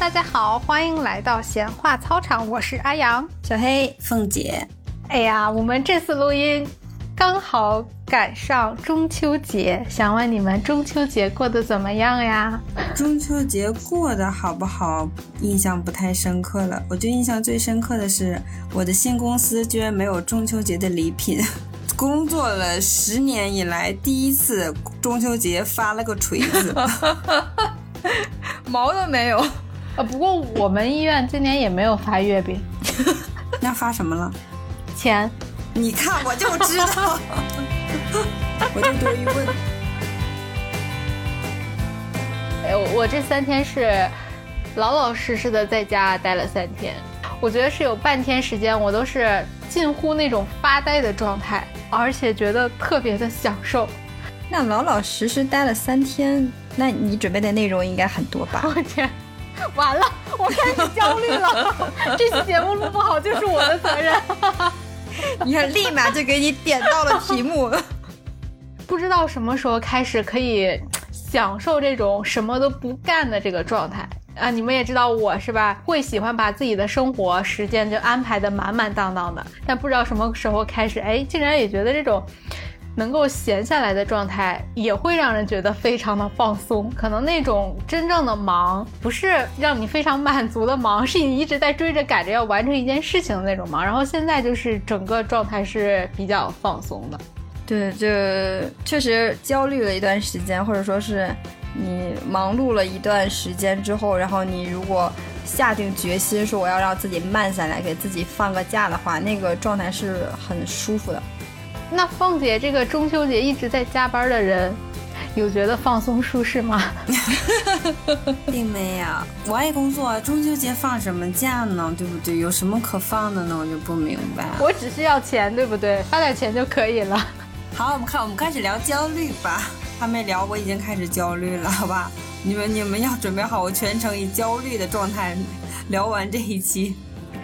大家好，欢迎来到闲话操场，我是阿阳、 小黑、凤姐。 哎呀，我们这次录音刚好赶上中秋节，想问你们中秋节过得怎么样呀？ 中秋节过得好不好，印象不太深刻了。我就印象最深刻的是，我的新公司居然没有中秋节的礼品。工作了10年以来，第一次中秋节发了个锤子，毛都没有。 不过我们医院今年也没有发月饼。 那发什么了？ 钱。 你看我就知道。我就多余问。 我这3天是老老实实的在家待了3天，我觉得是有半天时间我都是近乎那种发呆的状态，而且觉得特别的享受。 那老老实实待了3天，那你准备的内容应该很多吧？ 我天，完了，我开始焦虑了。这期节目录不好就是我的责任。 你看，立马就给你点到了题目。 不知道什么时候开始可以享受这种什么都不干的这个状态啊！你们也知道我是吧，会喜欢把自己的生活时间就安排的满满当当的，但不知道什么时候开始，竟然也觉得这种能够闲下来的状态也会让人觉得非常的放松。可能那种真正的忙不是让你非常满足的忙，是你一直在追着赶着要完成一件事情的那种忙，然后现在就是整个状态是比较放松的。 对，这确实焦虑了一段时间，或者说是你忙碌了一段时间之后，然后你如果下定决心说我要让自己慢下来，给自己放个假的话，那个状态是很舒服的。 那凤姐这个中秋节一直在加班的人，有觉得放松舒适吗？ 并没有，我爱工作，中秋节放什么假呢？对不对？有什么可放的呢？我就不明白。 我只需要钱，对不对？发点钱就可以了。 好，我们开始聊焦虑吧。还没聊，我已经开始焦虑了，好吧？你们要准备好，我全程以焦虑的状态聊完这一期。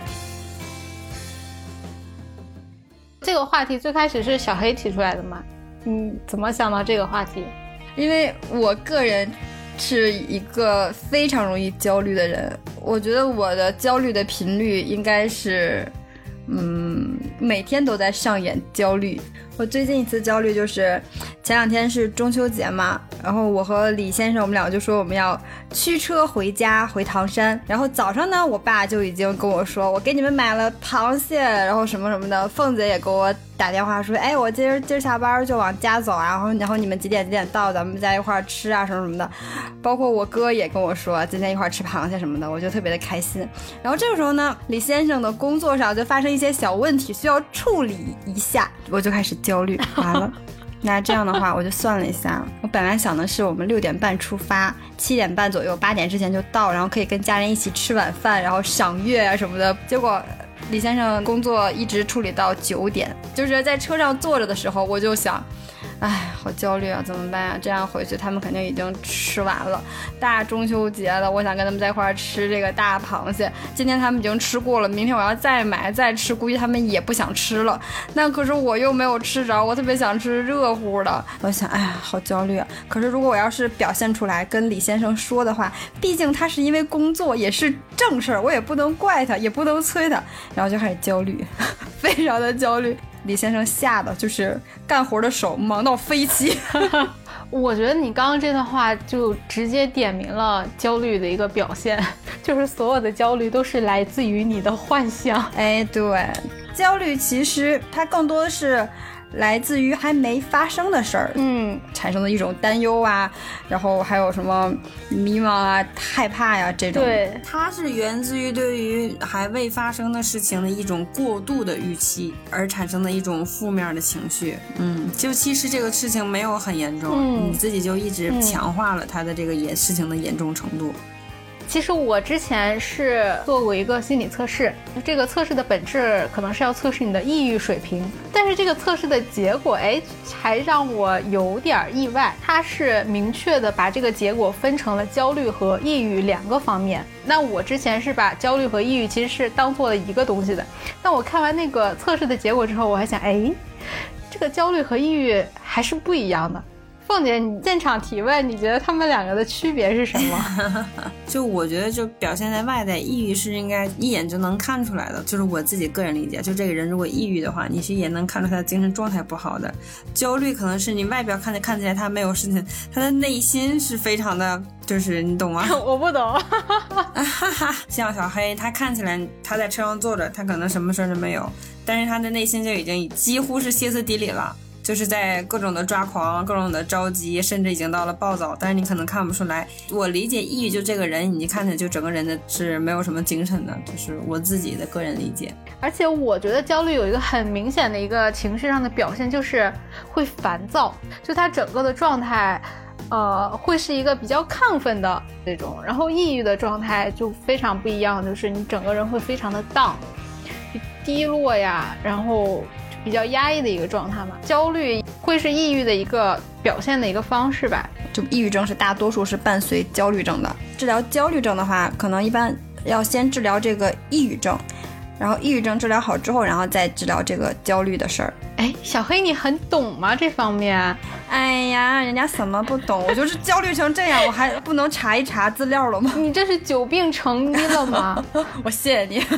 这个话题最开始是小黑提出来的吗？怎么想到这个话题？ 因为我个人是一个非常容易焦虑的人，我觉得我的焦虑的频率应该是每天都在上演焦虑。我最近一次焦虑就是前2天是中秋节嘛，然后我和李先生我们两个就说我们要驱车回家回唐山，然后早上呢我爸就已经跟我说我给你们买了螃蟹，然后什么什么的，凤姐也给我打电话说我今儿下班就往家走，然后你们几点到，咱们在一块吃啊什么什么的，包括我哥也跟我说今天一块吃螃蟹什么的，我就特别的开心。然后这个时候呢，李先生的工作上就发生一些小问题需要处理一下，我就开始焦虑。完了，那这样的话我就算了一下，我本来想的是我们6点半出发，7点半左右8点之前就到，然后可以跟家人一起吃晚饭，然后赏月啊什么的。结果李先生工作一直处理到9点，就是在车上坐着的时候我就想好焦虑啊，怎么办啊？这样回去他们肯定已经吃完了，大中秋节了，我想跟他们在一块吃这个大螃蟹，今天他们已经吃过了，明天我要再买再吃，估计他们也不想吃了，那可是我又没有吃着，我特别想吃热乎的，我想好焦虑啊。可是如果我要是表现出来跟李先生说的话，毕竟他是因为工作也是正事儿，我也不能怪他，也不能催他，然后就开始焦虑，非常的焦虑。李先生吓得就是干活的手忙到飞起。 我觉得你刚刚这段话就直接点明了焦虑的一个表现，就是所有的焦虑都是来自于你的幻想。 对，焦虑其实它更多的是来自于还没发生的事儿，产生的一种担忧啊，然后还有什么迷茫啊、害怕呀这种。 对， 它是源自于对于还未发生的事情的一种过度的预期而产生的一种负面的情绪。就其实这个事情没有很严重，你自己就一直强化了它的这个事情的严重程度。 其实我之前是做过一个心理测试，这个测试的本质可能是要测试你的抑郁水平，但是这个测试的结果还让我有点意外，它是明确的把这个结果分成了焦虑和抑郁2个方面。那我之前是把焦虑和抑郁其实是当做了一个东西的，但我看完那个测试的结果之后，我还想这个焦虑和抑郁还是不一样的， 凤姐，你现场提问，你觉得他们两个的区别是什么？ 就我觉得就表现在外在，抑郁是应该一眼就能看出来的，就是我自己个人理解，就这个人如果抑郁的话，你是也能看出他的精神状态不好的。焦虑可能是你外表看起来他没有事情，他的内心是非常的，就是你懂吗？ 我不懂。 像小黑，他看起来他在车上坐着，他可能什么事都没有，但是他的内心就已经几乎是歇斯底里了，就是在各种的抓狂，各种的着急，甚至已经到了暴躁，但是你可能看不出来。我理解抑郁就这个人，你看起来就整个人的是没有什么精神的，就是我自己的个人理解。 而且我觉得焦虑有一个很明显的一个情绪上的表现，就是会烦躁，就他整个的状态会是一个比较亢奋的那种，然后抑郁的状态就非常不一样，就是你整个人会非常的down，低落呀，然后比较压抑的一个状态嘛。焦虑会是抑郁的一个表现的一个方式吧。 就抑郁症是大多数是伴随焦虑症的。治疗焦虑症的话，可能一般要先治疗这个抑郁症，然后抑郁症治疗好之后，然后再治疗这个焦虑的事儿。 哎，小黑你很懂吗这方面？ 哎呀，人家什么不懂，我就是焦虑成这样，我还不能查一查资料了吗？ 你这是久病成医了吗？ 我谢谢你。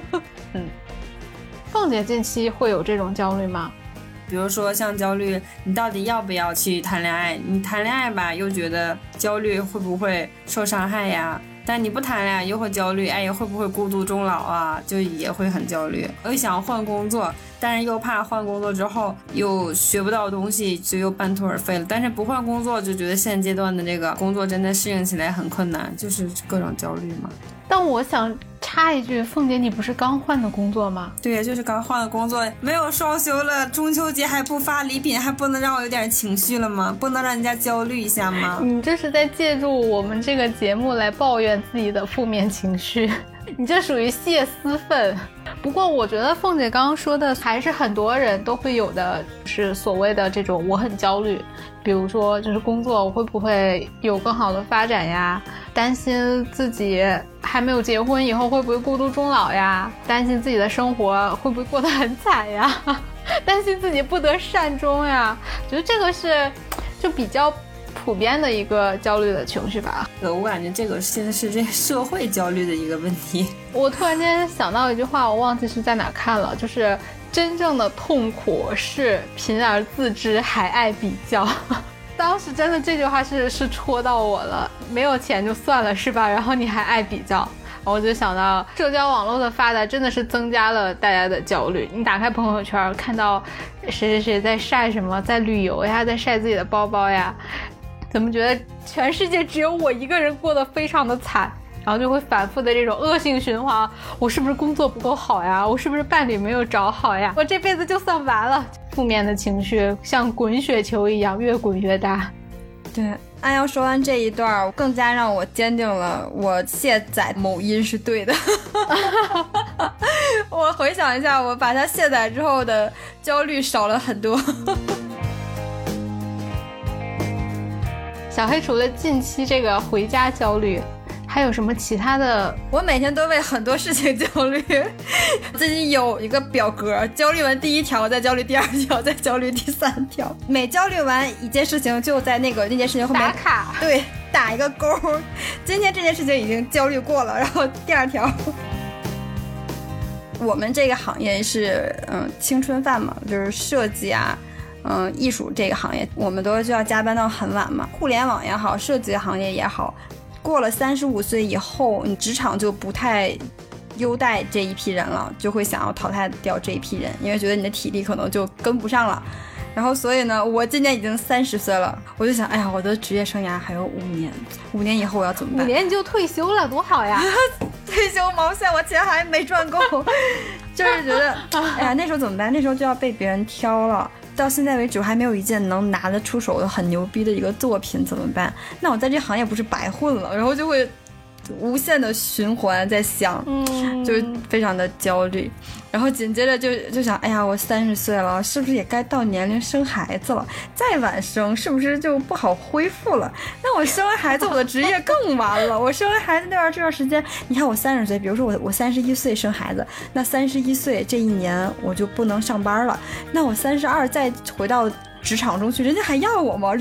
凤姐近期会有这种焦虑吗？ 比如说像焦虑，你到底要不要去谈恋爱？你谈恋爱吧，又觉得焦虑会不会受伤害呀？但你不谈恋爱又会焦虑，哎，会不会孤独终老啊？就也会很焦虑。又想换工作，但是又怕换工作之后又学不到东西，就又半途而废了。但是不换工作，就觉得现阶段的这个工作真的适应起来很困难，就是各种焦虑嘛。 但我想插一句，凤姐，你不是刚换的工作吗？ 对呀，就是刚换的工作，没有双休了，中秋节还不发礼品，还不能让我有点情绪了吗？不能让人家焦虑一下吗？ 你这是在借助我们这个节目来抱怨自己的负面情绪，你这属于泄私愤。不过我觉得凤姐刚刚说的还是很多人都会有的，是所谓的这种我很焦虑，比如说就是工作我会不会有更好的发展呀，担心自己还没有结婚以后会不会孤独终老呀，担心自己的生活会不会过得很惨呀，担心自己不得善终呀，觉得这个是就比较普遍的一个焦虑的情绪吧。 我感觉这个现在是这社会焦虑的一个问题。 我突然间想到一句话，我忘记是在哪看了，就是真正的痛苦是贫而自知还爱比较。当时真的这句话是戳到我了，没有钱就算了是吧，然后你还爱比较。我就想到社交网络的发达真的是增加了大家的焦虑。你打开朋友圈看到谁谁谁在晒什么，在旅游呀，在晒自己的包包呀，怎么觉得全世界只有我一个人过得非常的惨，然后就会反复的这种恶性循环。我是不是工作不够好呀？我是不是伴侣没有找好呀？我这辈子就算完了。负面的情绪像滚雪球一样越滚越大。 对，安瑶说完这一段，更加让我坚定了我卸载某音是对的。我回想一下，我把它卸载之后的焦虑少了很多。 小黑除了近期这个回家焦虑，还有什么其他的？ 我每天都为很多事情焦虑。最近有一个表格，焦虑完第一条，再焦虑第二条，再焦虑第三条。每焦虑完一件事情，就在那件事情后面打卡， 对，打一个勾。今天这件事情已经焦虑过了，然后第二条。我们这个行业是青春饭嘛，就是设计啊。艺术这个行业，我们就要加班到很晚嘛。互联网也好，设计行业也好，过了35岁以后，你职场就不太优待这一批人了，就会想要淘汰掉这一批人，因为觉得你的体力可能就跟不上了。然后所以呢，我今年已经30岁了，我就想，哎呀，我的职业生涯还有5年以后我要怎么办 ？5年你就退休了，多好呀！ 退休毛线，我钱还没赚够。就是觉得，哎呀，那时候怎么办？那时候就要被别人挑了。到现在为止，我还没有一件能拿得出手的很牛逼的一个作品，怎么办？那我在这行业不是白混了？然后就会无限的循环在想，就是非常的焦虑。然后紧接着就想，哎呀，我30岁了，是不是也该到年龄生孩子了？再晚生是不是就不好恢复了？那我生完孩子，我的职业更完了。我生完孩子这段时间，你看我30岁，比如说我31岁生孩子，那31岁这一年我就不能上班了。那我32再回到职场中去，人家还要我吗？就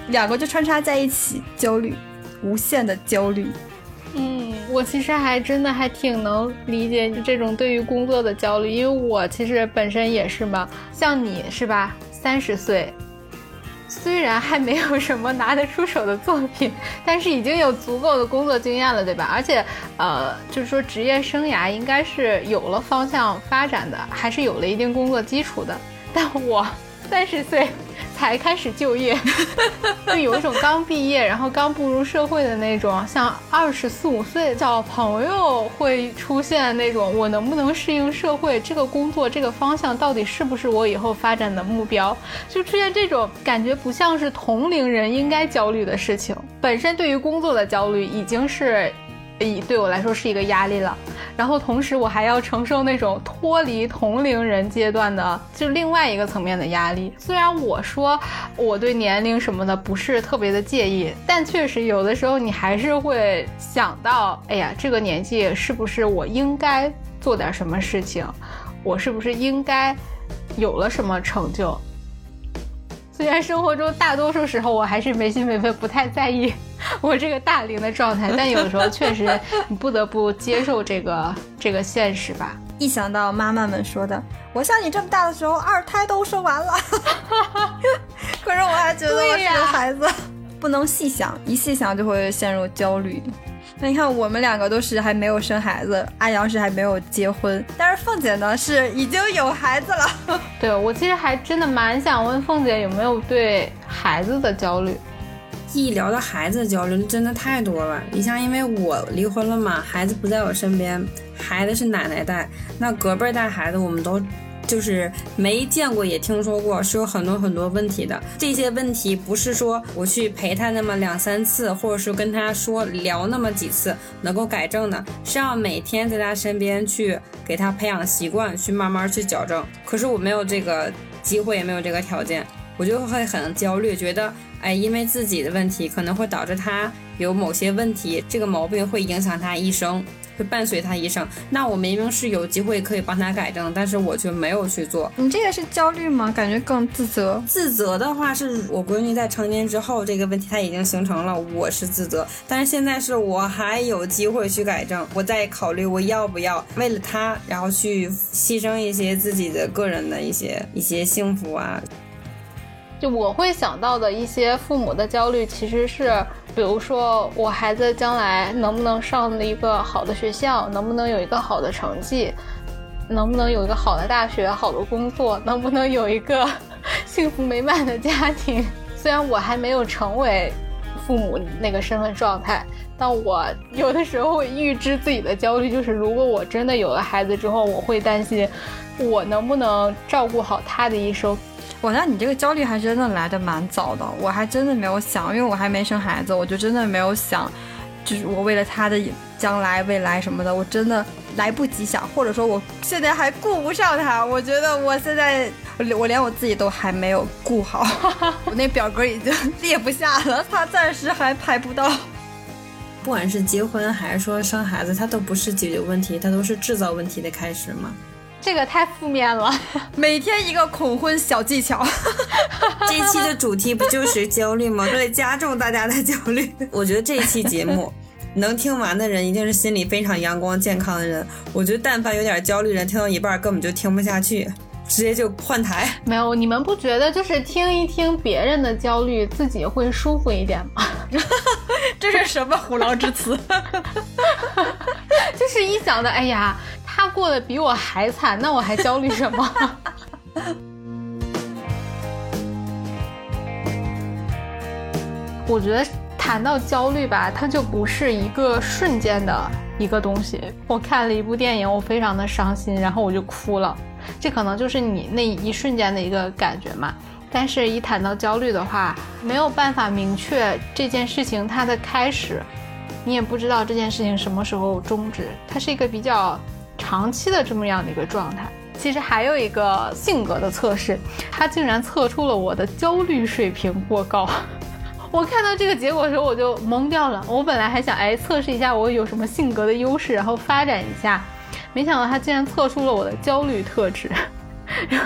两个就穿插在一起，焦虑，无限的焦虑。 我其实还真的还挺能理解你这种对于工作的焦虑，因为我其实本身也是嘛，像你是吧，30岁，虽然还没有什么拿得出手的作品，但是已经有足够的工作经验了，对吧？而且就是说职业生涯应该是有了方向发展的，还是有了一定工作基础的。但我30岁才开始就业，就有一种刚毕业然后刚步入社会的那种，像24、25岁小朋友会出现那种我能不能适应社会，这个工作这个方向到底是不是我以后发展的目标，就出现这种感觉不像是同龄人应该焦虑的事情。本身对于工作的焦虑已经是对我来说是一个压力了，然后同时我还要承受那种脱离同龄人阶段的就另外一个层面的压力。虽然我说我对年龄什么的不是特别的介意，但确实有的时候你还是会想到，哎呀，这个年纪是不是我应该做点什么事情，我是不是应该有了什么成就。虽然生活中大多数时候我还是没心没肺不太在意我这个大龄的状态，但有的时候确实你不得不接受这个现实吧。 一想到妈妈们说的我像你这么大的时候2胎都生完了可是我还觉得我是个孩子，不能细想，一细想就会陷入焦虑。那你看我们两个都是还没有生孩子，阿阳是还没有结婚，但是凤姐呢是已经有孩子了对，我其实还真的蛮想问凤姐有没有对孩子的焦虑。 一聊到孩子的焦虑真的太多了。你像因为我离婚了嘛，孩子不在我身边，孩子是奶奶带，那隔辈带孩子我们都就是没见过也听说过，是有很多很多问题的。这些问题不是说我去陪他那么2、3次，或者是跟他说聊那么几次能够改正的，是要每天在他身边去给他培养习惯，去慢慢去矫正。可是我没有这个机会，也没有这个条件，我就会很焦虑，觉得因为自己的问题可能会导致他有某些问题，这个毛病会影响他一生，会伴随他一生。那我明明是有机会可以帮他改正，但是我却没有去做。 你这个是焦虑吗？感觉更自责。 自责的话是我闺女在成年之后这个问题她已经形成了，我是自责，但是现在是我还有机会去改正，我在考虑我要不要为了她然后去牺牲一些自己的个人的一些幸福啊。 就我会想到的一些父母的焦虑其实是比如说我孩子将来能不能上一个好的学校，能不能有一个好的成绩，能不能有一个好的大学，好的工作，能不能有一个幸福美满的家庭。虽然我还没有成为父母那个身份状态，但我有的时候会预知自己的焦虑，就是如果我真的有了孩子之后，我会担心我能不能照顾好他的一生。 我那你这个焦虑还真的来得蛮早的，我还真的没有想，因为我还没生孩子，我就真的没有想，就是我为了他的将来未来什么的，我真的来不及想，或者说我现在还顾不上他。我觉得我现在我连我自己都还没有顾好我那表格已经列不下了，他暂时还排不到。 不管是结婚还是说生孩子，它都不是解决问题，它都是制造问题的开始嘛。 这个太负面了每天一个恐婚小技巧这一期的主题不就是焦虑吗？为了加重大家的焦虑，我觉得这一期节目能听完的人一定是心理非常阳光健康的人。我觉得但凡有点焦虑人听到一半根本就听不下去，直接就换台。 没有，你们不觉得就是听一听别人的焦虑自己会舒服一点吗这是什么虎狼之词就是一想到哎呀他过得比我还惨，那我还焦虑什么我觉得谈到焦虑吧，它就不是一个瞬间的一个东西。我看了一部电影，我非常的伤心，然后我就哭了，这可能就是你那一瞬间的一个感觉嘛。但是一谈到焦虑的话，没有办法明确这件事情它的开始，你也不知道这件事情什么时候终止，它是一个比较长期的这么样的一个状态。其实还有一个性格的测试，它竟然测出了我的焦虑水平过高我看到这个结果的时候我就懵掉了，我本来还想测试一下我有什么性格的优势然后发展一下，没想到它竟然测出了我的焦虑特质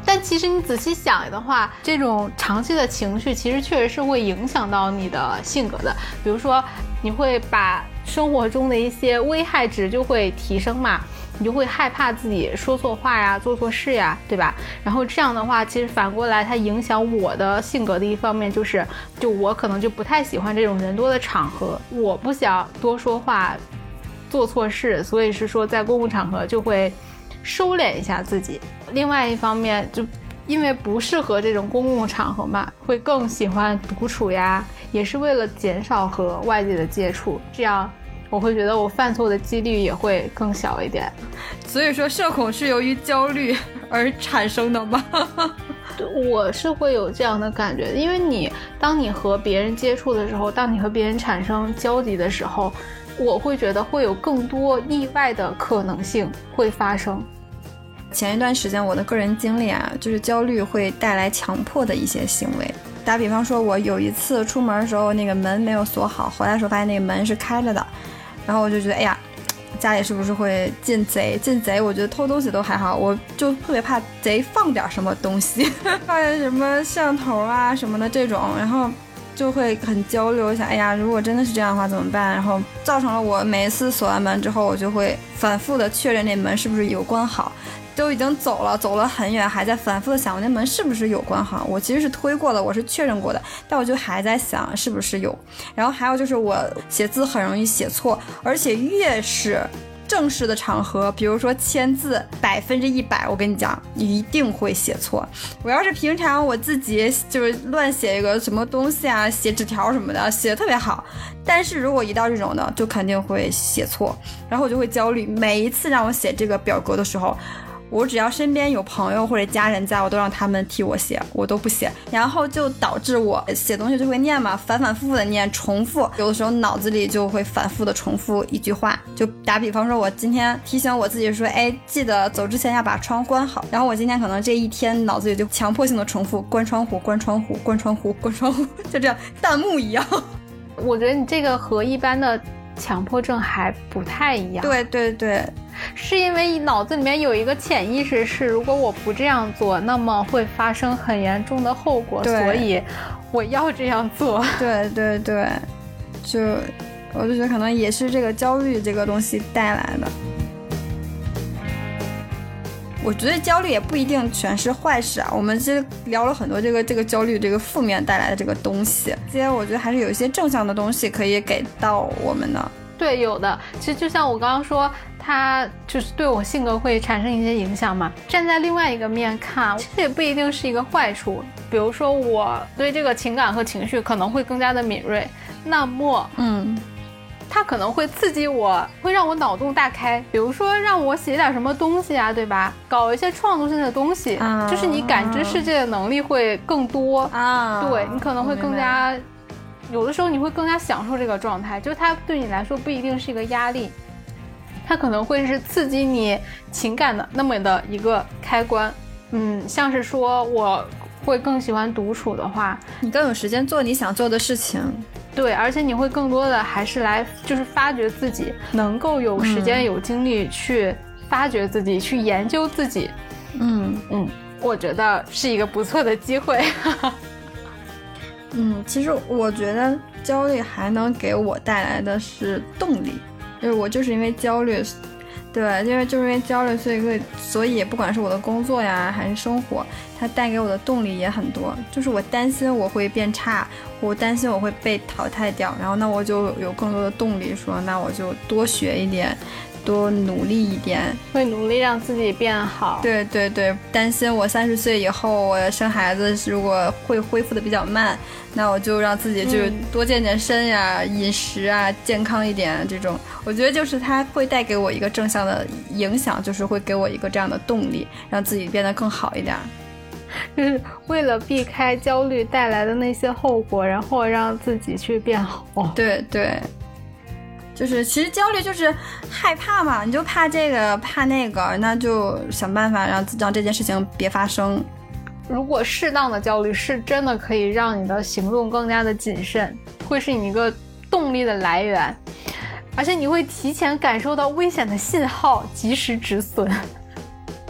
但其实你仔细想的话，这种长期的情绪其实确实是会影响到你的性格的。比如说你会把生活中的一些危害值就会提升嘛，你就会害怕自己说错话呀，做错事呀，对吧？然后这样的话，其实反过来它影响我的性格的一方面就我可能就不太喜欢这种人多的场合，我不想多说话做错事，所以是说在公共场合就会收敛一下自己。另外一方面就因为不适合这种公共场合嘛，会更喜欢独处呀，也是为了减少和外界的接触，这样我会觉得我犯错的几率也会更小一点。 所以说社恐是由于焦虑而产生的吗？ 我是会有这样的感觉，因为当你和别人接触的时候，当你和别人产生交集的时候，我会觉得会有更多意外的可能性会发生。 前一段时间我的个人经历啊，就是焦虑会带来强迫的一些行为。打比方说，我有一次出门的时候，那个门没有锁好，回来的时候发现那个门是开着的，然后我就觉得，哎呀，家里是不是会进贼？我觉得偷东西都还好，我就特别怕贼放点什么东西，放点什么摄像头啊什么的这种，然后就会很焦虑，我想，哎呀，如果真的是这样的话怎么办？然后造成了我每一次锁完门之后，我就会反复的确认那门是不是有关好。都已经走了很远，还在反复的想我那门是不是有关好。我其实是推过的，我是确认过的，但我就还在想是不是有。然后还有就是我写字很容易写错，而且越是正式的场合，比如说签字100%，我跟你讲，你一定会写错。我要是平常我自己就是乱写一个什么东西啊，写纸条什么的，写得特别好，但是如果一到这种的，就肯定会写错，然后我就会焦虑。每一次让我写这个表格的时候，我只要身边有朋友或者家人在，我都让他们替我写，我都不写，然后就导致我写东西就会念嘛，反反复复的念，重复，有的时候脑子里就会反复的重复一句话。就打比方说，我今天提醒我自己说，哎，记得走之前要把窗关好，然后我今天可能这一天脑子里就强迫性的重复关窗户，关窗户，关窗户，关窗户，就这样弹幕一样。 我觉得你这个和一般的强迫症还不太一样。 对对对， 是因为脑子里面有一个潜意识是，如果我不这样做，那么会发生很严重的后果，所以我要这样做。对对对，我就觉得可能也是这个焦虑这个东西带来的。 我觉得焦虑也不一定全是坏事啊，我们其实聊了很多这个焦虑这个负面带来的这个东西，其实我觉得还是有一些正向的东西可以给到我们的。 对，有的。其实就像我刚刚说，它就是对我性格会产生一些影响嘛。站在另外一个面看，其实也不一定是一个坏处。比如说我对这个情感和情绪可能会更加的敏锐，那么它可能会刺激我，会让我脑洞大开，比如说让我写点什么东西啊，对吧？搞一些创作性的东西，就是你感知世界的能力会更多啊。对，你可能会更加，有的时候你会更加享受这个状态，就是它对你来说不一定是一个压力，它可能会是刺激你情感的那么的一个开关。像是说我会更喜欢独处的话， 你更有时间做你想做的事情。 对，而且你会更多的还是来就是发掘自己，能够有时间有精力去发掘自己，去研究自己。我觉得是一个不错的机会。 其实我觉得焦虑还能给我带来的是动力，就是我就是因为焦虑，对，就是因为焦虑，所以不管是我的工作呀还是生活，它带给我的动力也很多。就是我担心我会变差，我担心我会被淘汰掉，然后那我就有更多的动力说，那我就多学一点，多努力一点， 会努力让自己变好。 对对对，担心我30岁以后我生孩子如果会恢复的比较慢，那我就让自己就是多健健身呀，饮食啊健康一点，这种我觉得就是它会带给我一个正向的影响，就是会给我一个这样的动力，让自己变得更好一点， 就是为了避开焦虑带来的那些后果，然后让自己去变好。 对对，就是其实焦虑就是害怕嘛，你就怕这个怕那个，那就想办法让这件事情别发生。 如果适当的焦虑是真的可以让你的行动更加的谨慎，会是你一个动力的来源，而且你会提前感受到危险的信号，及时止损。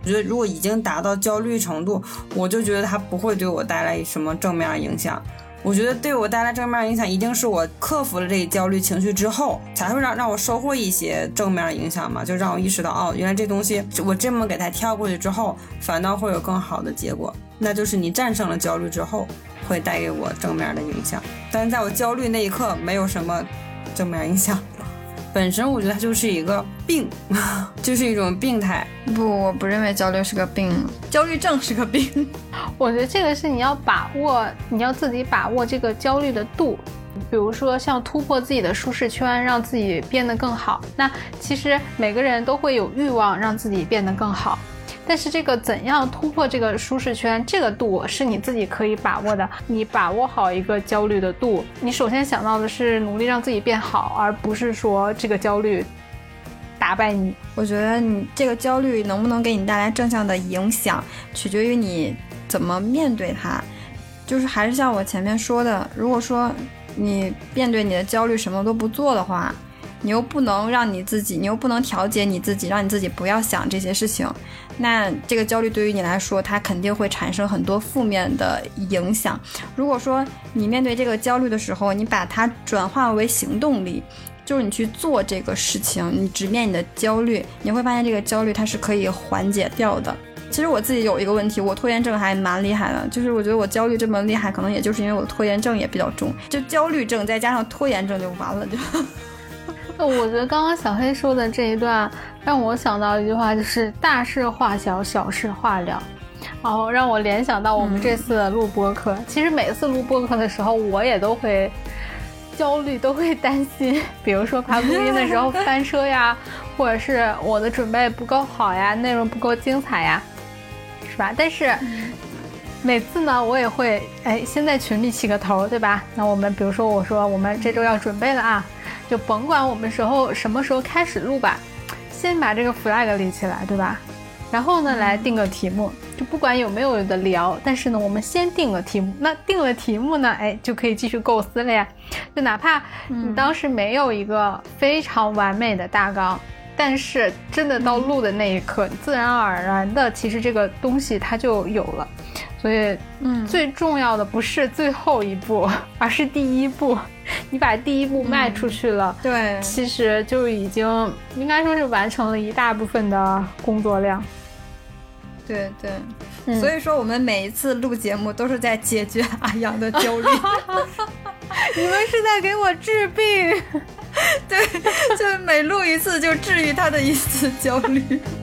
我觉得如果已经达到焦虑程度，我就觉得它不会对我带来什么正面影响。我觉得对我带来正面影响，一定是我克服了这个焦虑情绪之后，才会让我收获一些正面影响嘛，就让我意识到，哦，原来这东西我这么给它跳过去之后，反倒会有更好的结果。那就是你战胜了焦虑之后，会带给我正面的影响。但是在我焦虑那一刻，没有什么正面影响。本身我觉得它就是一个病，就是一种病态。 不，我不认为焦虑是个病，焦虑症是个病。 我觉得这个是你要把握，你要自己把握这个焦虑的度。比如说像突破自己的舒适圈，让自己变得更好。那其实每个人都会有欲望让自己变得更好，但是这个怎样突破这个舒适圈，这个度是你自己可以把握的。你把握好一个焦虑的度，你首先想到的是努力让自己变好，而不是说这个焦虑打败你。 我觉得你这个焦虑能不能给你带来正向的影响，取决于你怎么面对它。就是还是像我前面说的，如果说你面对你的焦虑什么都不做的话，你又不能让你自己，你又不能调节你自己，让你自己不要想这些事情，那这个焦虑对于你来说，它肯定会产生很多负面的影响。如果说你面对这个焦虑的时候，你把它转化为行动力，就是你去做这个事情，你直面你的焦虑，你会发现这个焦虑它是可以缓解掉的。其实我自己有一个问题，我拖延症还蛮厉害的，就是我觉得我焦虑这么厉害，可能也就是因为我拖延症也比较重，就焦虑症再加上拖延症就完了就。 我觉得刚刚小黑说的这一段让我想到一句话，就是大事化小，小事化了。然后让我联想到我们这次录播客，其实每次录播客的时候我也都会焦虑，都会担心，比如说怕录音的时候翻车呀，或者是我的准备不够好呀，内容不够精彩呀，是吧？但是每次呢我也会先在群里起个头，对吧？那我们比如说我说我们这周要准备了啊，就甭管我们什么时候开始录吧，先把这个 flag 立起来，对吧？然后呢来定个题目，就不管有没有的聊，但是呢我们先定个题目。那定了题目呢就可以继续构思了呀。就哪怕你当时没有一个非常完美的大纲，但是真的到录的那一刻，自然而然的其实这个东西它就有了。所以最重要的不是最后一步，而是第一步。你把第一步迈出去了， 对， 其实就已经应该说是完成了一大部分的工作量。 对对，所以说我们每一次录节目都是在解决阿阳的焦虑。 你们是在给我治病。 对，就每录一次就治愈他的一次焦虑。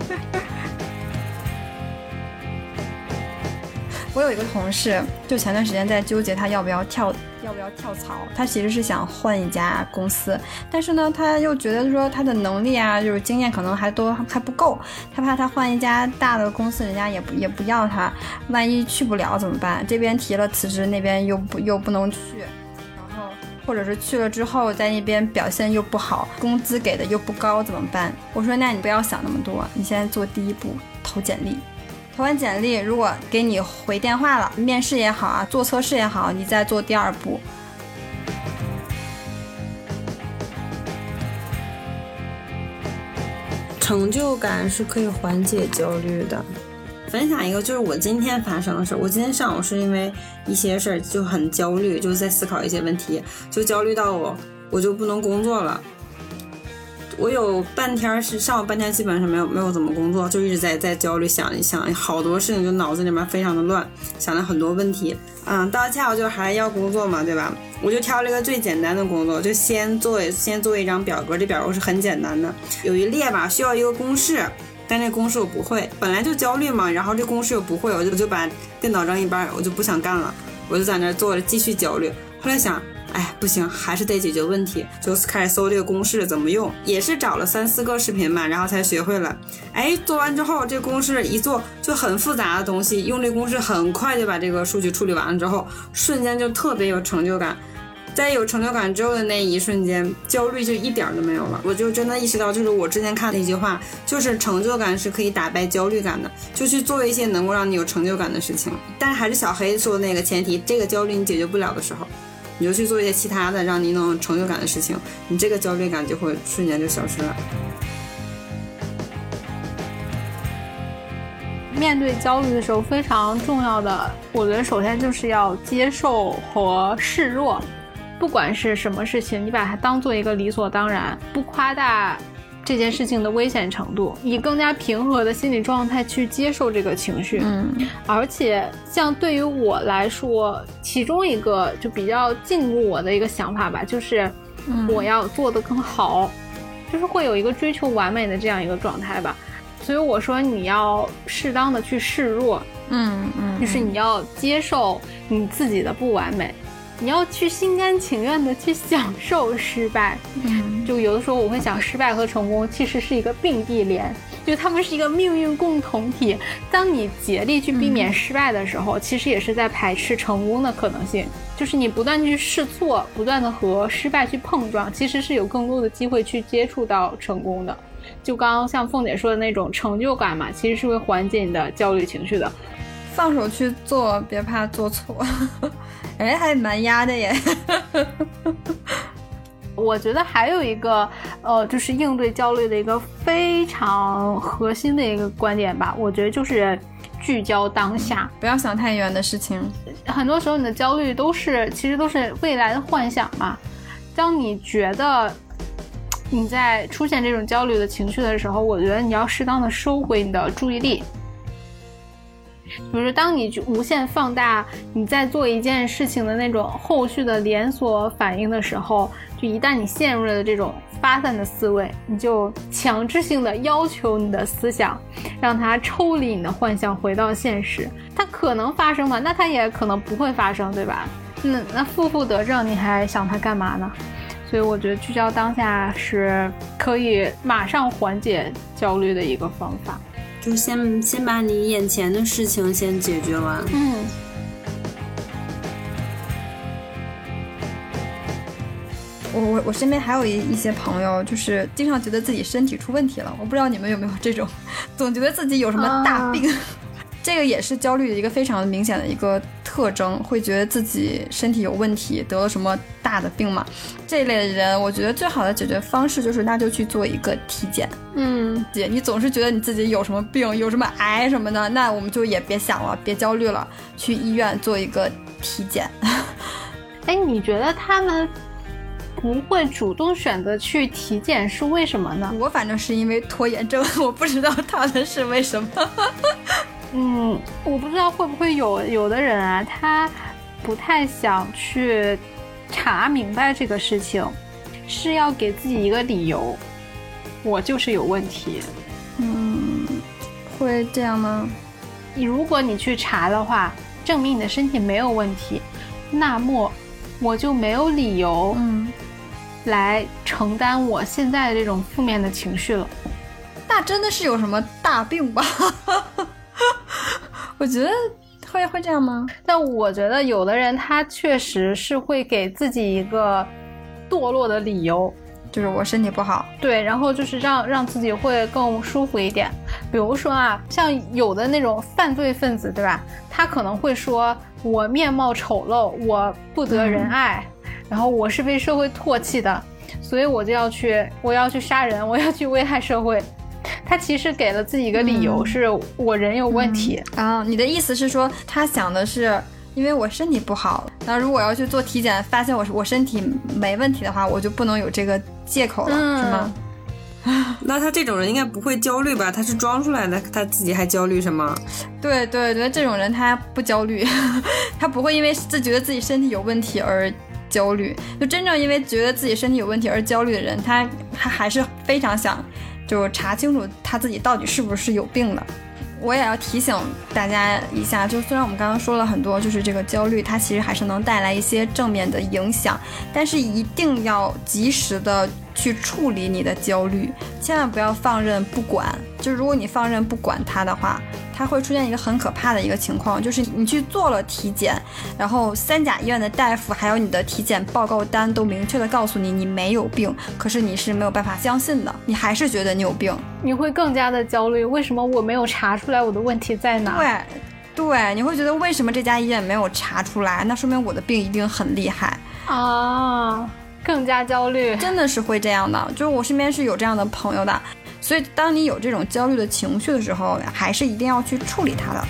我有一个同事，就前段时间在纠结他要不要跳槽，他其实是想换一家公司，但是呢他又觉得说他的能力啊，就是经验可能还不够，他怕他换一家大的公司人家也不要他，万一去不了怎么办？这边提了辞职，那边又不能去，然后或者是去了之后在那边表现又不好，工资给的又不高怎么办？我说那你不要想那么多，你现在做第一步，投简历。投完简历，如果给你回电话了，面试也好啊，做测试也好，你再做第二步。 成就感是可以缓解焦虑的。分享一个就是我今天发生的事，我今天上午是因为一些事就很焦虑，就是在思考一些问题，就焦虑到我就不能工作了。我有半天是上午半天基本上没有怎么工作，就一直在焦虑，想好多事情，就脑子里面非常的乱，想了很多问题。到下午就还要工作嘛，对吧？我就挑了一个最简单的工作，就先做一张表格，这表格是很简单的，有一列吧需要一个公式，但这公式我不会，本来就焦虑嘛，然后这公式又不会，我就把电脑扔一边，我就不想干了，我就在那坐着继续焦虑。后来想不行，还是得解决问题，就开始搜这个公式怎么用，也是找了3-4个视频嘛，然后才学会了。做完之后这公式一做就很复杂的东西，用这公式很快就把这个数据处理完了之后，瞬间就特别有成就感。在有成就感之后的那一瞬间，焦虑就一点都没有了。我就真的意识到，就是我之前看的一句话，就是成就感是可以打败焦虑感的，就去做一些能够让你有成就感的事情。但是还是小黑说的那个前提，这个焦虑你解决不了的时候，你就去做一些其他的让你能有成就感的事情，你这个焦虑感就会瞬间就消失了。 面对焦虑的时候非常重要的，我觉得首先就是要接受和示弱。不管是什么事情，你把它当做一个理所当然，不夸大这件事情的危险程度，以更加平和的心理状态去接受这个情绪。而且像对于我来说，其中一个就比较进入我的一个想法吧，就是我要做得更好，就是会有一个追求完美的这样一个状态吧。所以我说你要适当的去示弱，就是你要接受你自己的不完美，你要去心甘情愿的去享受失败。就有的时候我会想，失败和成功其实是一个并蒂莲，就他们是一个命运共同体。当你竭力去避免失败的时候，其实也是在排斥成功的可能性。就是你不断去试错，不断的和失败去碰撞，其实是有更多的机会去接触到成功的。就刚刚像凤姐说的那种成就感嘛，其实是会缓解你的焦虑情绪的。 放手去做，别怕做错。哎，还蛮压的耶。 我觉得还有一个就是应对焦虑的一个非常核心的一个观点吧，我觉得就是聚焦当下， 不要想太远的事情。 很多时候你的焦虑其实都是未来的幻想嘛。当你觉得你在出现这种焦虑的情绪的时候，我觉得你要适当的收回你的注意力。比如说当你无限放大你在做一件事情的那种后续的连锁反应的时候，就一旦你陷入了这种发散的思维，你就强制性的要求你的思想让它抽离你的幻想回到现实。它可能发生吗？那它也可能不会发生，对吧？那负负得正，你还想它干嘛呢？所以我觉得聚焦当下是可以马上缓解焦虑的一个方法。 就先把你眼前的事情先解决完。 我身边还有一些朋友，就是经常觉得自己身体出问题了。我不知道你们有没有这种，总觉得自己有什么大病。这个也是焦虑的一个非常明显的一个特征，会觉得自己身体有问题，得了什么大的病嘛。这一类的人，我觉得最好的解决方式就是那就去做一个体检。你总是觉得你自己有什么病，有什么癌什么的，那我们就也别想了，别焦虑了，去医院做一个体检。 哎，你觉得他们不会主动选择去体检是为什么呢？ 我反正是因为拖延症，我不知道他们是为什么。 我不知道会不会有的人啊，他不太想去查明白这个事情，是要给自己一个理由，我就是有问题。 会这样吗？ 如果你去查的话，证明你的身体没有问题，那么我就没有理由来承担我现在的这种负面的情绪了。 那真的是有什么大病吧？我觉得会这样吗？ 但我觉得有的人他确实是会给自己一个堕落的理由， 就是我身体不好。 对，然后就是让自己会更舒服一点。比如说啊，像有的那种犯罪分子，对吧？他可能会说我面貌丑陋，我不得人爱，然后我是被社会唾弃的，所以我要去杀人，我要去危害社会。他其实给了自己一个理由，是我人有问题。 你的意思是说他想的是因为我身体不好，那如果要去做体检发现我身体没问题的话，我就不能有这个借口了，是吗？ 那他这种人应该不会焦虑吧？他是装出来的，他自己还焦虑什么？ 对，这种人他不焦虑，他不会因为觉得自己身体有问题而焦虑。就真正因为觉得自己身体有问题而焦虑的人，他还是非常想就查清楚他自己到底是不是有病的。我也要提醒大家一下，就虽然我们刚刚说了很多，就是这个焦虑它其实还是能带来一些正面的影响，但是一定要及时的去处理你的焦虑，千万不要放任不管。就如果你放任不管它的话，它会出现一个很可怕的一个情况，就是你去做了体检，然后3甲医院的大夫还有你的体检报告单都明确的告诉你你没有病，可是你是没有办法相信的，你还是觉得你有病， 你会更加的焦虑，为什么我没有查出来我的问题在哪？ 对，你会觉得为什么这家医院没有查出来，那说明我的病一定很厉害啊， 更加焦虑， 真的是会这样的。就是我身边是有这样的朋友的， 所以当你有这种焦虑的情绪的时候，还是一定要去处理它的。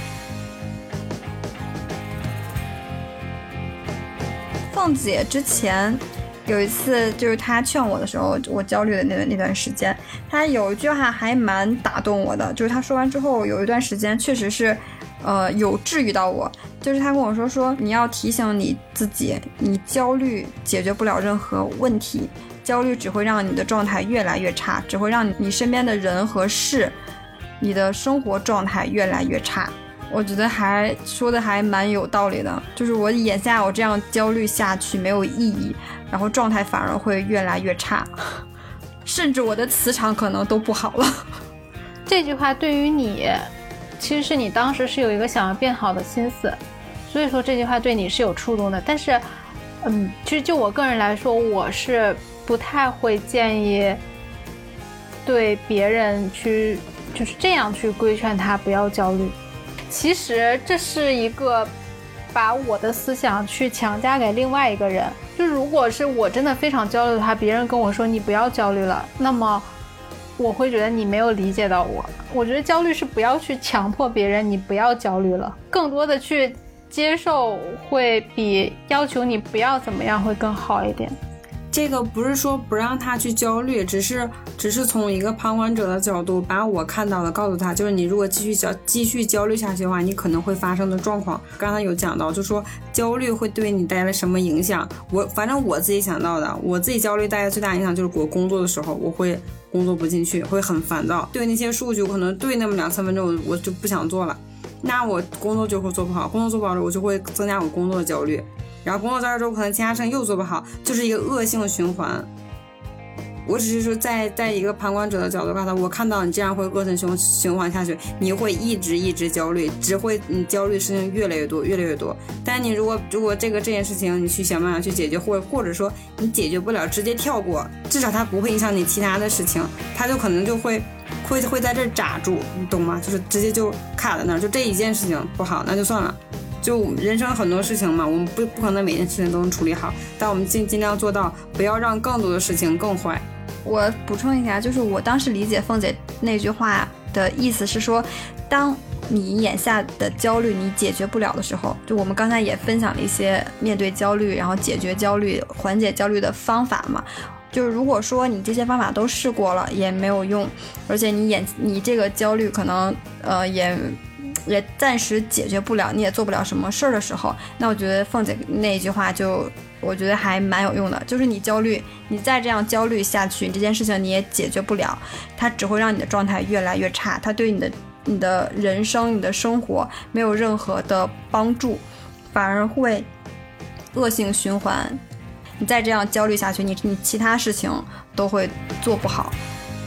凤姐之前有一次就是她劝我的时候，我焦虑的那段时间，她有一句话还蛮打动我的，就是她说完之后有一段时间确实是有治愈到我。就是她跟我说你要提醒你自己，你焦虑解决不了任何问题，焦虑只会让你的状态越来越差，只会让你身边的人和事，你的生活状态越来越差。我觉得还说的还蛮有道理的，就是我眼下我这样焦虑下去没有意义，然后状态反而会越来越差，甚至我的磁场可能都不好了。 这句话对于你，其实是你当时是有一个想要变好的心思，所以说这句话对你是有触动的。但是其实就我个人来说，我是不太会建议对别人去就是这样去规劝他不要焦虑。其实这是一个把我的思想去强加给另外一个人，就如果是我真的非常焦虑的话，别人跟我说你不要焦虑了，那么我会觉得你没有理解到我。我觉得焦虑是不要去强迫别人你不要焦虑了，更多的去接受会比要求你不要怎么样会更好一点。 这个不是说不让他去焦虑，只是从一个旁观者的角度把我看到的告诉他，就是你如果继续焦虑下去的话，你可能会发生的状况。刚才有讲到，就说焦虑会对你带来什么影响。反正我自己想到的，我自己焦虑带来最大影响就是我工作的时候，我会工作不进去，会很烦躁，对那些数据可能对那么2-3分钟我就不想做了，那我工作就会做不好，工作做不好我就会增加我工作的焦虑，然后工作焦虑之后可能其他事情又做不好，就是一个恶性循环。我只是说在一个旁观者的角度告诉他，我看到你这样会恶性循环下去，你会一直焦虑，只会你焦虑的事情越来越多。但你如果这件事情你去想办法去解决，或者说你解决不了直接跳过，至少它不会影响你其他的事情，它就可能就会在这儿扎住，你懂吗？就是直接就卡在那儿，就这一件事情不好那就算了。就人生很多事情嘛，我们不可能每件事情都能处理好，但我们尽量做到不要让更多的事情更坏。 我补充一下，就是我当时理解凤姐那句话的意思是说，当你眼下的焦虑你解决不了的时候，就我们刚才也分享了一些面对焦虑然后解决焦虑缓解焦虑的方法嘛，就是如果说你这些方法都试过了也没有用，而且你这个焦虑可能也暂时解决不了，你也做不了什么事儿的时候，那我觉得凤姐那一句话就我觉得还蛮有用的，就是你焦虑，你再这样焦虑下去，你这件事情你也解决不了，它只会让你的状态越来越差，它对你的人生你的生活没有任何的帮助，反而会恶性循环。你再这样焦虑下去，你其他事情都会做不好。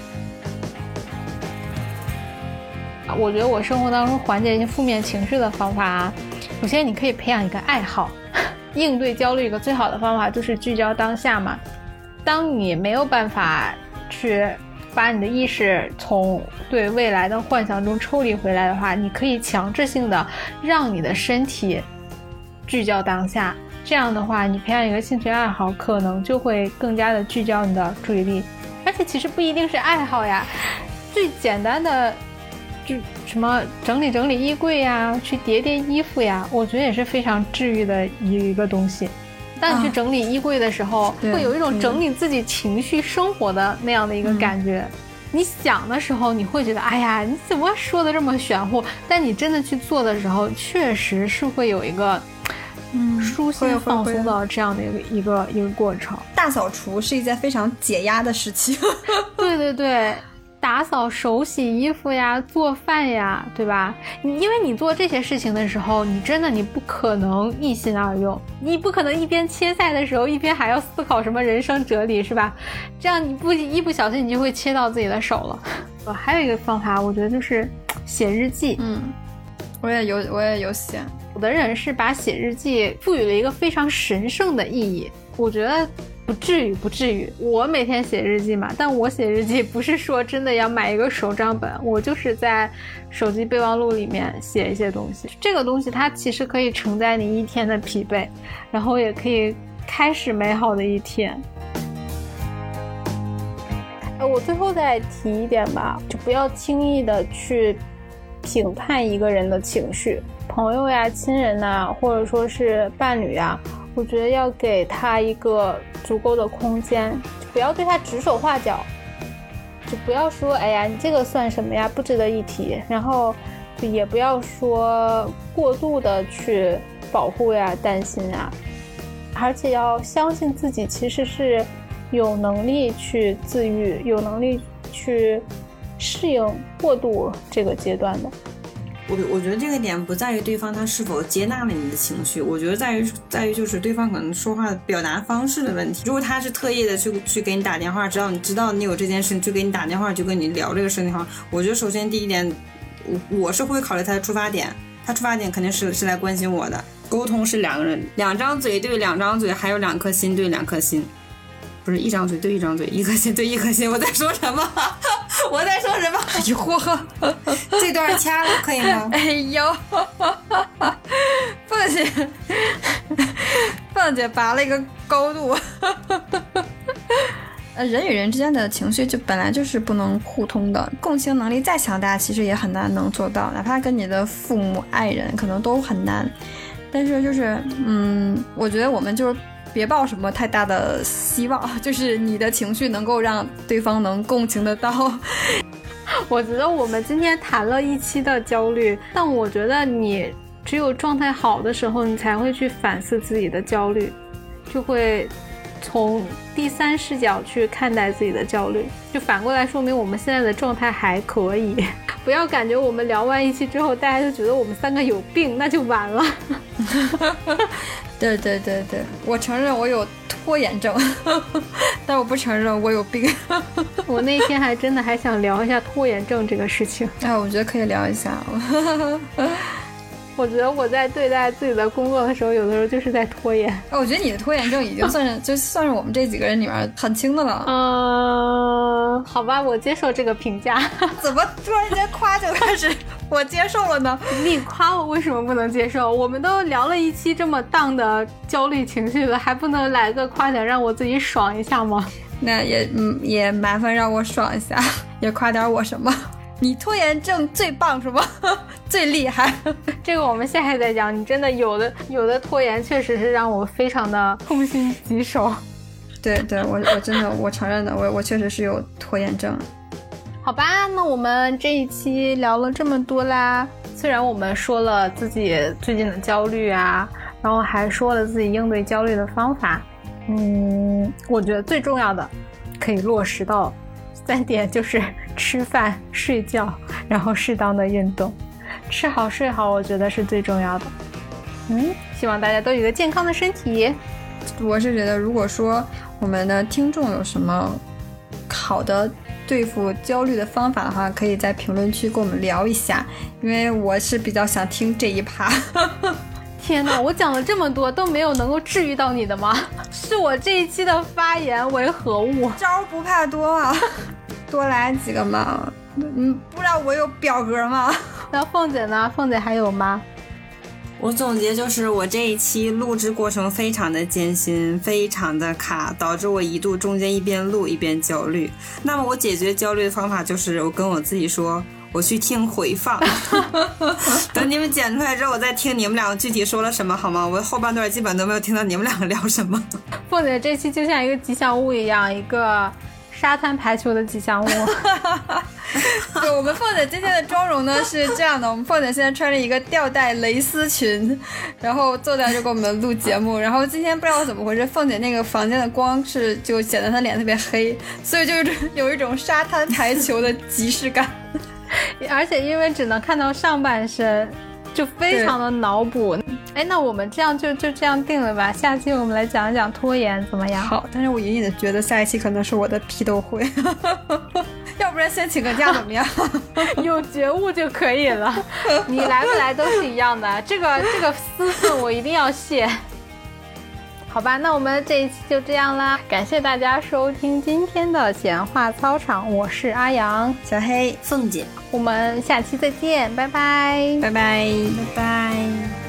我觉得我生活当中缓解一些负面情绪的方法啊，首先你可以培养一个爱好。应对焦虑一个最好的方法就是聚焦当下嘛。当你没有办法去把你的意识从对未来的幻想中抽离回来的话，你可以强制性的让你的身体聚焦当下，这样的话你培养一个兴趣爱好可能就会更加的聚焦你的注意力。而且其实不一定是爱好呀，最简单的就什么整理衣柜呀，去叠衣服呀，我觉得也是非常治愈的一个东西。当你去整理衣柜的时候，会有一种整理自己情绪生活的那样的一个感觉。你想的时候你会觉得哎呀你怎么说的这么玄乎，但你真的去做的时候确实是会有一个舒心放松的这样的一个过程。 大扫除是一件非常解压的事情。 对，打扫手洗衣服呀，做饭呀，对吧？因为你做这些事情的时候，你不可能一心二用，你不可能一边切菜的时候一边还要思考什么人生哲理，是吧？这样你一不小心你就会切到自己的手了。还有一个方法我觉得就是写日记。 我也有写。 有的人是把写日记赋予了一个非常神圣的意义，我觉得不至于。我每天写日记嘛，但我写日记不是说真的要买一个手账本，我就是在手机备忘录里面写一些东西。这个东西它其实可以承载你一天的疲惫，然后也可以开始美好的一天。 我最后再提一点吧，就不要轻易的去评判一个人的情绪，朋友呀、亲人呐，或者说是伴侣呀，我觉得要给他一个足够的空间，就不要对他指手画脚，就不要说哎呀你这个算什么呀，不值得一提，然后就也不要说过度的去保护呀、担心呀，而且要相信自己其实是有能力去自愈，有能力去适应过渡这个阶段的。 我觉得这个点不在于对方他是否接纳了你的情绪，我觉得在于就是对方可能说话表达方式的问题。如果他是特意的去给你打电话，知道你有这件事，就给你打电话，就跟你聊这个事情的话，我觉得首先第一点，我是会考虑他的出发点，他出发点肯定是来关心我的。沟通是两个人2张嘴对2张嘴，还有2颗心对2颗心，不是1张嘴对1张嘴，1颗心对1颗心。我在说什么？我在说什么？ 嚯， 这段掐了可以吗？ 哎呦，凤姐拔了一个高度。人与人之间的情绪就本来就是不能互通的，共情能力再强大，其实也很难能做到，哪怕跟你的父母、爱人可能都很难。但是就是我觉得我们就是别抱什么太大的希望，就是你的情绪能够让对方能共情得到。 我觉得我们今天谈了一期的焦虑，但我觉得你只有状态好的时候，你才会去反思自己的焦虑，就会从第三视角去看待自己的焦虑，就反过来说明我们现在的状态还可以。不要感觉我们聊完一期之后大家就觉得我们3个有病，那就完了。 对，我承认我有拖延症，但我不承认我有病。 我那天还真的还想聊一下拖延症这个事情。 我觉得可以聊一下。 我觉得我在对待自己的工作的时候，有的时候就是在拖延。 我觉得你的拖延症已经算是我们这几个人里面很轻的了。 好吧，我接受这个评价。 怎么突然间夸就开始我接受了呢？ 你夸我为什么不能接受？我们都聊了一期这么荡的焦虑情绪了，还不能来个夸奖让我自己爽一下吗？ 那也麻烦让我爽一下，也夸点我什么？你拖延症最棒是吗？最厉害。 这个我们下一再讲。你真的有的拖延确实是让我非常的痛心疾首。 对，我真的我承认的，我确实是有拖延症。 好吧，那我们这一期聊了这么多啦。虽然我们说了自己最近的焦虑啊，然后还说了自己应对焦虑的方法，我觉得最重要的可以落实到3点，就是吃饭、睡觉，然后适当的运动。吃好睡好，我觉得是最重要的。希望大家都有一个健康的身体。 我是觉得，如果说我们的听众有什么好的对付焦虑的方法的话，可以在评论区跟我们聊一下，因为我是比较想听这一趴。 天哪，我讲了这么多都没有能够治愈到你的吗？是我这一期的发言为何物？ 招不怕多啊，多来几个嘛。不知道我有表格吗？ 那凤姐呢？凤姐还有吗？ 我总结就是我这一期录制过程非常的艰辛，非常的卡，导致我一度中间一边录一边焦虑。那么我解决焦虑的方法就是我跟我自己说，我去听回放。等你们剪出来之后，我再听你们两个具体说了什么好吗？我后半段基本都没有听到你们两个聊什么。 凤姐这期就像一个吉祥物一样，一个沙滩排球的吉祥物。 对，我们凤姐今天的妆容呢是这样的，我们凤姐现在穿着一个吊带蕾丝裙，然后坐在这给我们录节目。然后今天不知道怎么回事，凤姐那个房间的光就显得她脸特别黑，所以就有一种沙滩排球的即视感。 而且因为只能看到上半身，就非常的脑补。那我们这样就这样定了吧，下期我们来讲一讲拖延怎么样？ 好，但是我隐隐的觉得下一期可能是我的批斗会。要不然先请个假怎么样？ 有觉悟就可以了。你来不来都是一样的，这个私愤我一定要谢。好吧，那我们这一期就这样啦，感谢大家收听今天的闲话操场，我是阿阳、 小黑、 凤姐， 我们下期再见，拜拜， 拜拜， 拜拜。